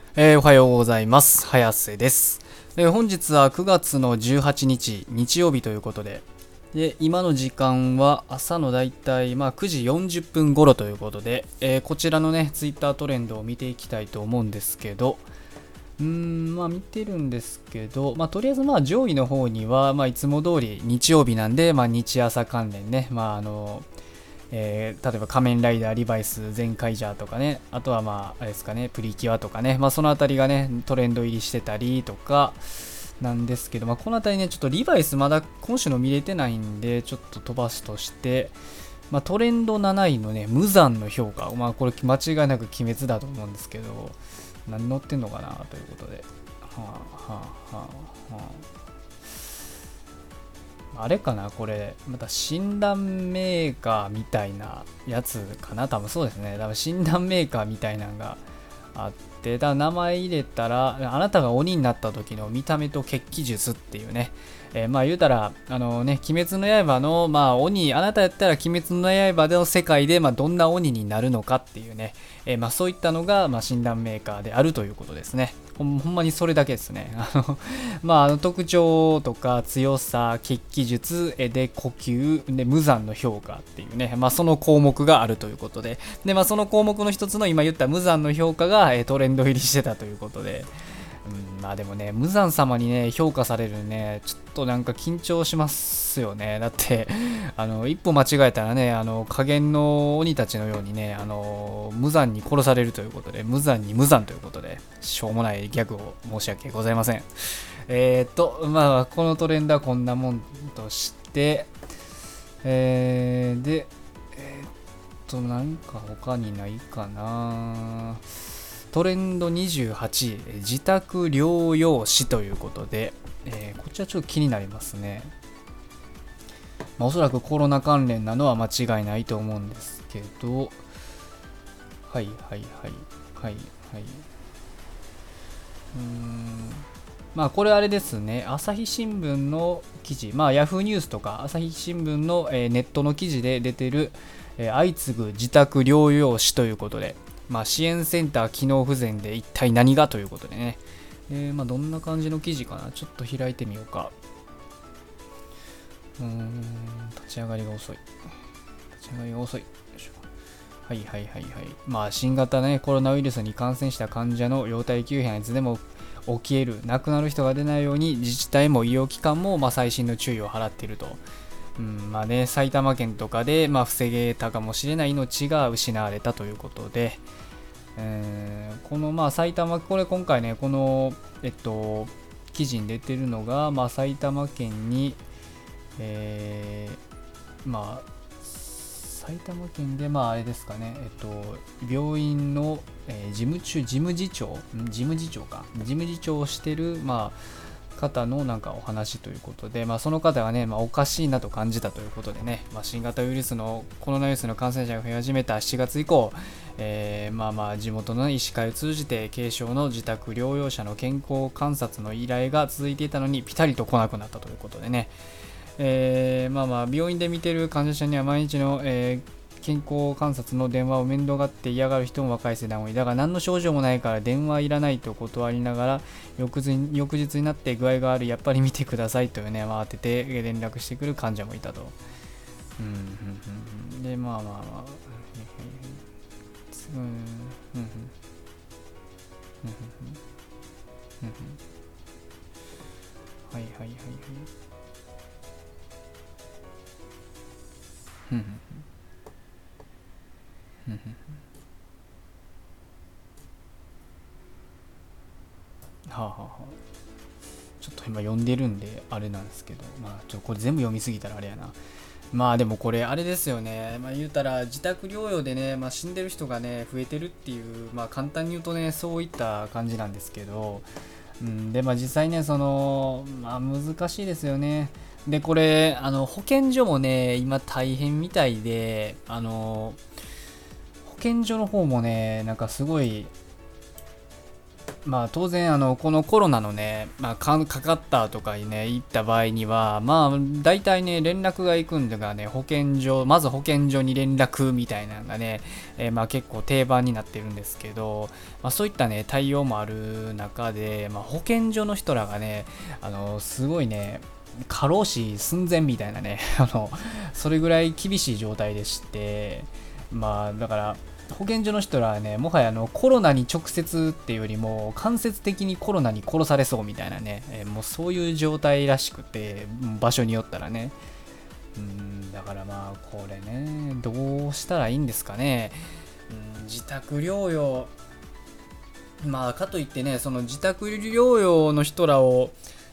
おはようございます。早瀬です。本日は9月の18日、日曜日ということで、今の時間は朝のだいたい9時40分頃ということで、こちらのね、ツイッタートレンドを見ていきたいと思うんですけど、見てるんですけど、とりあえず上位の方には、いつも通り日曜日なんで、日朝関連ね、例えば仮面ライダーリバイス全カイジャーとかね、あとはあれですかね、プリキュアとかね、そのあたりがね、トレンド入りしてたりとか、なんですけど、このあたりね、ちょっとリバイスまだ今週の見れてないんで、ちょっと飛ばすとして、トレンド7位のね、無残の評価、これ間違いなく鬼滅だと思うんですけど、何載ってんのかなということで。あれかなこれ、また診断メーカーみたいなやつかな、多分そうですね。多分診断メーカーみたいなのがあって、だから名前入れたら、あなたが鬼になった時の見た目と血気術っていうね、言うたら、鬼滅の刃の、鬼、あなたやったら鬼滅の刃での世界で、どんな鬼になるのかっていうね、そういったのが、診断メーカーであるということですね。ほんまにそれだけですね。特徴とか強さ、血気術、で呼吸、で無残の評価っていうね、その項目があるということで、その項目の一つの今言った無残の評価が、トレンド入りしてたということで、でもね、無惨様にね、評価されるね、ちょっとなんか緊張しますよね。だって、一歩間違えたらね、加減の鬼たちのようにね、無残に殺されるということで、無残に無残ということで、しょうもないギャグを申し訳ございません。このトレンドはこんなもんとして、なんか他にないかな。トレンド28位、自宅療養士ということで、こちらちょっと気になりますね。おそらくコロナ関連なのは間違いないと思うんですけど、はいこれあれですね、朝日新聞の記事、ヤフーニュースとか朝日新聞の、ネットの記事で出てる、相次ぐ自宅療養士ということで、支援センター機能不全で一体何がということでね、どんな感じの記事かな、ちょっと開いてみようか。立ち上がりが遅い。新型ね、コロナウイルスに感染した患者の容体急変はいつでも起き得る、亡くなる人が出ないように自治体も医療機関も細心の注意を払っていると。埼玉県とかで、防げたかもしれない命が失われたということで、この埼玉、これ今回ね、この記事に出てるのが、埼玉県に、埼玉県であれですかね、病院の、事務次長をしてる方のなんかお話ということで、その方がね、おかしいなと感じたということでね、新型ウイルスのコロナウイルスの感染者が増え始めた7月以降、地元の医師会を通じて軽症の自宅療養者の健康観察の依頼が続いていたのにピタリと来なくなったということでね、病院で見てる患者さんには毎日の、健康観察の電話を面倒がって嫌がる人も若い世代もいだが何の症状もないから電話いらないと断りながら翌日になって具合が悪い、やっぱり見てくださいというね、慌てて連絡してくる患者もいたと。でちょっと今読んでるんであれなんですけど、これ全部読みすぎたらあれやな。でもこれあれですよね、言うたら自宅療養でね、死んでる人がね増えてるっていう、簡単に言うとねそういった感じなんですけど、で実際ね難しいですよね。でこれ保健所もね今大変みたいで、保健所の方もねなんかすごいまあ当然このコロナのね、かかったとかにね行った場合にはまあ大体ね連絡が行くんだがね、まず保健所に連絡みたいなのがね、まあ結構定番になってるんですけど、そういったね対応もある中で、保健所の人らがねすごいね過労死寸前みたいなねそれぐらい厳しい状態でして、だから保健所の人らはね、もはやコロナに直接っていうよりも間接的にコロナに殺されそうみたいなね、もうそういう状態らしくて、場所によったらね、だからこれねどうしたらいいんですかね。自宅療養、かといってね、その自宅療養の人らを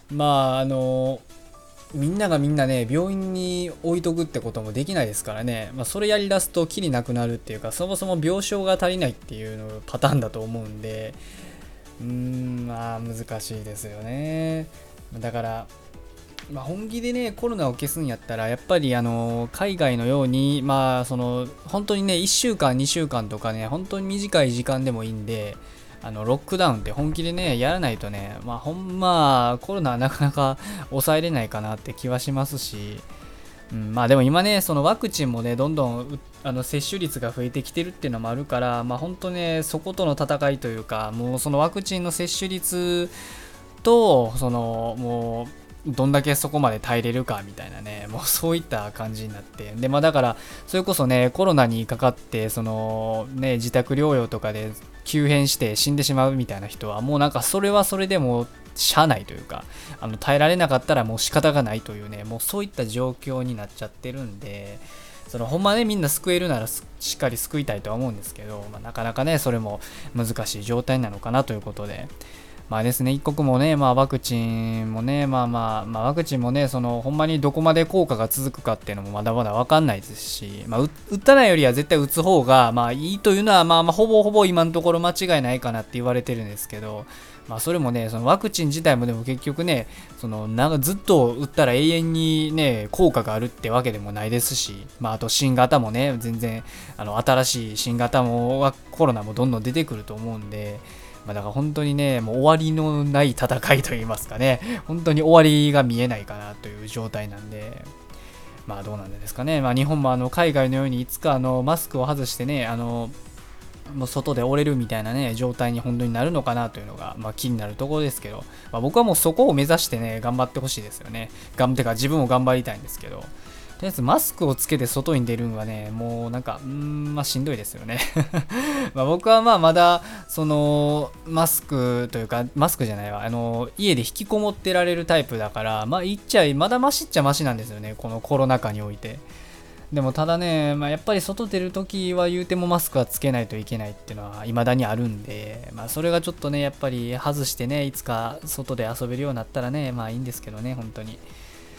みんながみんなね病院に置いとくってこともできないですからね、それやりだすときりなくなるっていうか、そもそも病床が足りないっていうのパターンだと思うんで、難しいですよね。だから本気でねコロナを消すんやったらやっぱり海外のように本当にね1週間2週間とかね本当に短い時間でもいいんで、ロックダウンって本気でねやらないとね、コロナはなかなか抑えれないかなって気はしますし、でも今ねそのワクチンもねどんどん接種率が増えてきてるっていうのもあるから、本当ねそことの戦いというか、もうそのワクチンの接種率ともうどんだけそこまで耐えれるかみたいなね、もうそういった感じになって、でだからそれこそねコロナにかかって自宅療養とかで急変して死んでしまうみたいな人はもうなんかそれはそれでもしゃあないというか、耐えられなかったらもう仕方がないというね、もうそういった状況になっちゃってるんで、ほんまねみんな救えるならしっかり救いたいとは思うんですけど、なかなかねそれも難しい状態なのかなということで、ですね、一刻もね、ワクチンもね、ワクチンもね、ほんまにどこまで効果が続くかっていうのもまだまだ分かんないですし、打たないよりは絶対打つ方が、いいというのは、ほぼほぼ今のところ間違いないかなって言われてるんですけど、それもね、そのワクチン自体もでも結局ね、ずっと打ったら永遠にね、効果があるってわけでもないですし、あと新型もね、全然、新しい新型も、コロナもどんどん出てくると思うんで、だから本当にね、もう終わりのない戦いといいますかね、本当に終わりが見えないかなという状態なんで、どうなんですかね。日本も海外のようにいつかマスクを外してね、もう外で折れるみたいなね、状態に本当になるのかなというのが、気になるところですけど、僕はもうそこを目指してね、頑張ってほしいですよね。てか自分も頑張りたいんですけど、とりあえずマスクをつけて外に出るんはね、もうなんか、しんどいですよね。僕はまだ、マスクというか、マスクじゃないわ、家で引きこもってられるタイプだから、まだマシっちゃマシなんですよね、このコロナ禍において。でもただね、やっぱり外出るときは言うてもマスクはつけないといけないっていうのは未だにあるんで、それがちょっとね、やっぱり外してね、いつか外で遊べるようになったらね、いいんですけどね、本当に。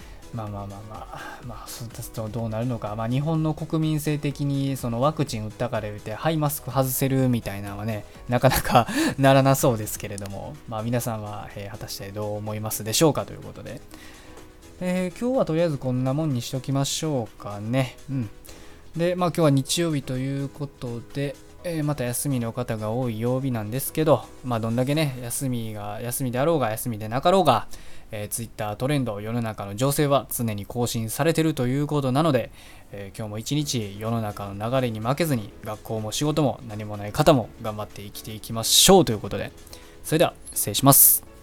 そうですとどうなるのか、日本の国民性的にそのワクチン打ったから言って、はい、マスク外せるみたいなのはね、なかなかならなそうですけれども、皆さんは、果たしてどう思いますでしょうかということで、今日はとりあえずこんなもんにしときましょうかね。で、今日は日曜日ということで、また休みの方が多い曜日なんですけど、どんだけね、休みであろうが休みでなかろうが、Twitter トレンド、世の中の情勢は常に更新されているということなので、今日も一日世の中の流れに負けずに、学校も仕事も何もない方も頑張って生きていきましょうということで、それでは失礼します。